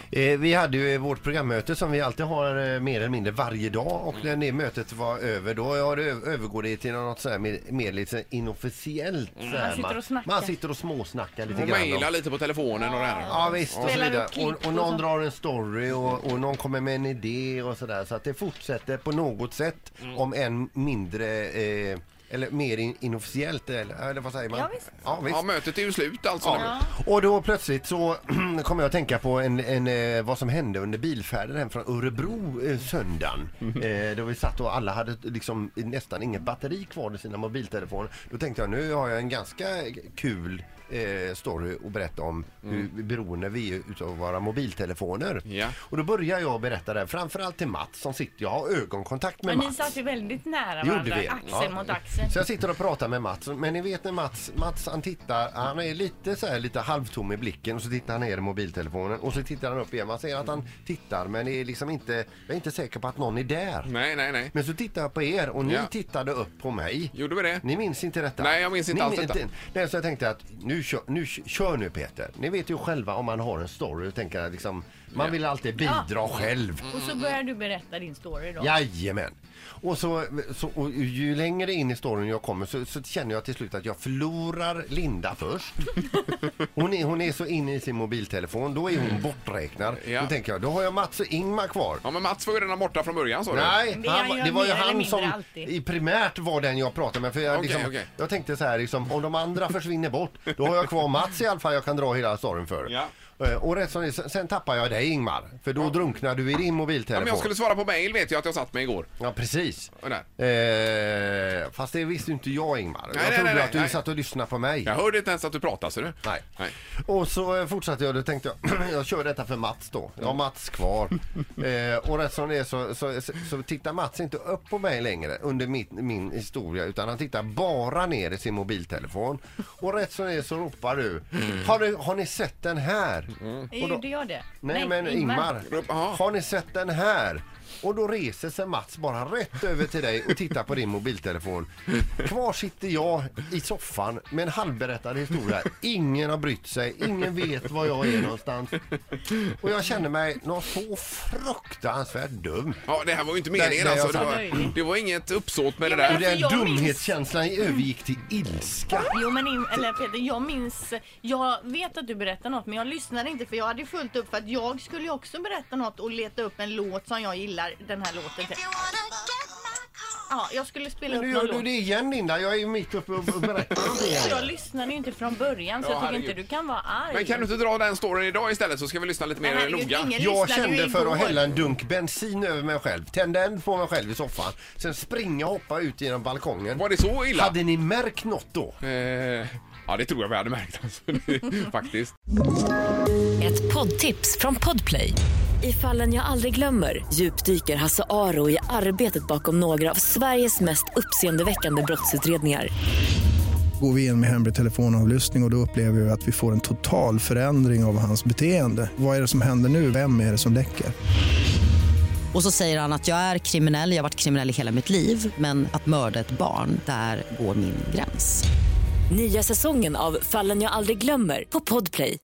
Vi hade ju vårt programmöte som vi alltid har mer eller mindre varje dag, och när det mötet var över då övergår det till något så här mer lite inofficiellt. Man sitter och småsnackar lite grann. Och mejlar lite på telefonen och det här. Ja visst, och så vidare. Och någon drar en story och någon kommer med en idé och sådär, så att det fortsätter på något sätt, om en mindre eller mer inofficiellt, eller vad säger man? Ja, visst. Ja, Mötet är ju slut alltså. Ja. Och då plötsligt så kommer jag att tänka på vad som hände under bilfärden hem från Örebro söndagen. Då vi satt och alla hade liksom nästan inget batteri kvar i sina mobiltelefoner. Då tänkte jag, nu har jag en ganska kul story att berätta om hur beroende vi är utav våra mobiltelefoner. Ja. Och då börjar jag berätta det, framförallt till Mats som sitter, jag har ögonkontakt med Mats. Men ni satt ju väldigt nära varandra, axel mot axel. Så jag sitter och pratar med Mats, men ni vet när Mats han tittar, han är lite så här, lite halvtom i blicken, och så tittar han ner i mobiltelefonen och så tittar han upp igen. Man ser att han tittar, men det är liksom inte, jag är inte säker på att någon är där. Nej. Men så tittar jag på er och ni tittade upp på mig. Gjorde vi det? Ni minns inte detta? Nej, jag minns inte alls detta. Nej, så jag tänkte att kör nu Peter. Ni vet ju själva om man har en story och tänker liksom, man vill alltid bidra själv. Och så börjar du berätta din story då. Jajamän. Och och ju längre in i storyn jag kommer så känner jag till slut att jag förlorar Linda först. Hon är så inne i sin mobiltelefon, då är hon borträknad. Då tänker jag, då har jag Mats och Ingmar kvar. Ja, men Mats var ju redan borta från början, så du? Nej, det var ju han som i primärt var den jag pratade med. För jag tänkte så här, liksom, om de andra försvinner bort, då har jag kvar Mats i alla fall, jag kan dra hela storyn för. Ja. Och rätt som sen tappar jag dig, Ingmar, för då drunknar du i din mobiltelefon. Men jag skulle svara på mail, vet jag att jag satt med igår. Ja, precis. Fast det visste inte jag, Ingmar. Nej, jag trodde att du satt och lyssnade på mig. Jag hörde inte ens att du pratade, så du. Nej. Och så fortsatte jag, då tänkte jag kör detta för Mats då. Jag har Mats kvar. Och rätt som det är så tittar Mats inte upp på mig längre under min historia, utan han tittar bara ner i sin mobiltelefon. Och rätt som det är så ropar du, har ni sett den här? Gjorde jag det? Nej, men Ingmar, har ni sett den här? Och då reser sig Mats bara rätt över till dig och tittar på din mobiltelefon. Kvar sitter jag i soffan med en halvberättad historia. Ingen har brytt sig, ingen vet var jag är någonstans. Och jag känner mig något så fruktansvärt dum. Ja, det här var ju inte meningen alltså. Det var inget uppsåt med det där. Och den dumhetskänslan övergick till ilska. Jo, men Peter, jag vet att du berättar något, men jag lyssnade inte, för jag hade fullt upp för att jag skulle också berätta något och leta upp en låt som jag gillar, den här låten till. Ja, jag skulle spela upp någon låt. Nu gör du det igen, Linda. Jag är ju mitt uppe och berättar om det. Jag lyssnade ju inte från början, så jag tycker inte du kan vara arg. Men kan du inte dra den storyn idag istället, så ska vi lyssna lite mer noga. Jag kände för att hälla en dunk bensin över mig själv. Tände en på mig själv i soffan. Sen springa och hoppa ut genom balkongen. Var det så illa? Hade ni märkt något då? Ja, det tror jag vi hade märkt alltså. Faktiskt. Ett poddtips från Podplay. I Fallen jag aldrig glömmer djupdyker Hasse Aro i arbetet bakom några av Sveriges mest uppseendeväckande brottsutredningar. Går vi in med hemlig telefonavlyssning och då upplever vi att vi får en total förändring av hans beteende. Vad är det som händer nu? Vem är det som läcker? Och så säger han att jag är kriminell, jag har varit kriminell i hela mitt liv. Men att mörda ett barn, där går min gräns. Nya säsongen av Fallen jag aldrig glömmer på Podplay.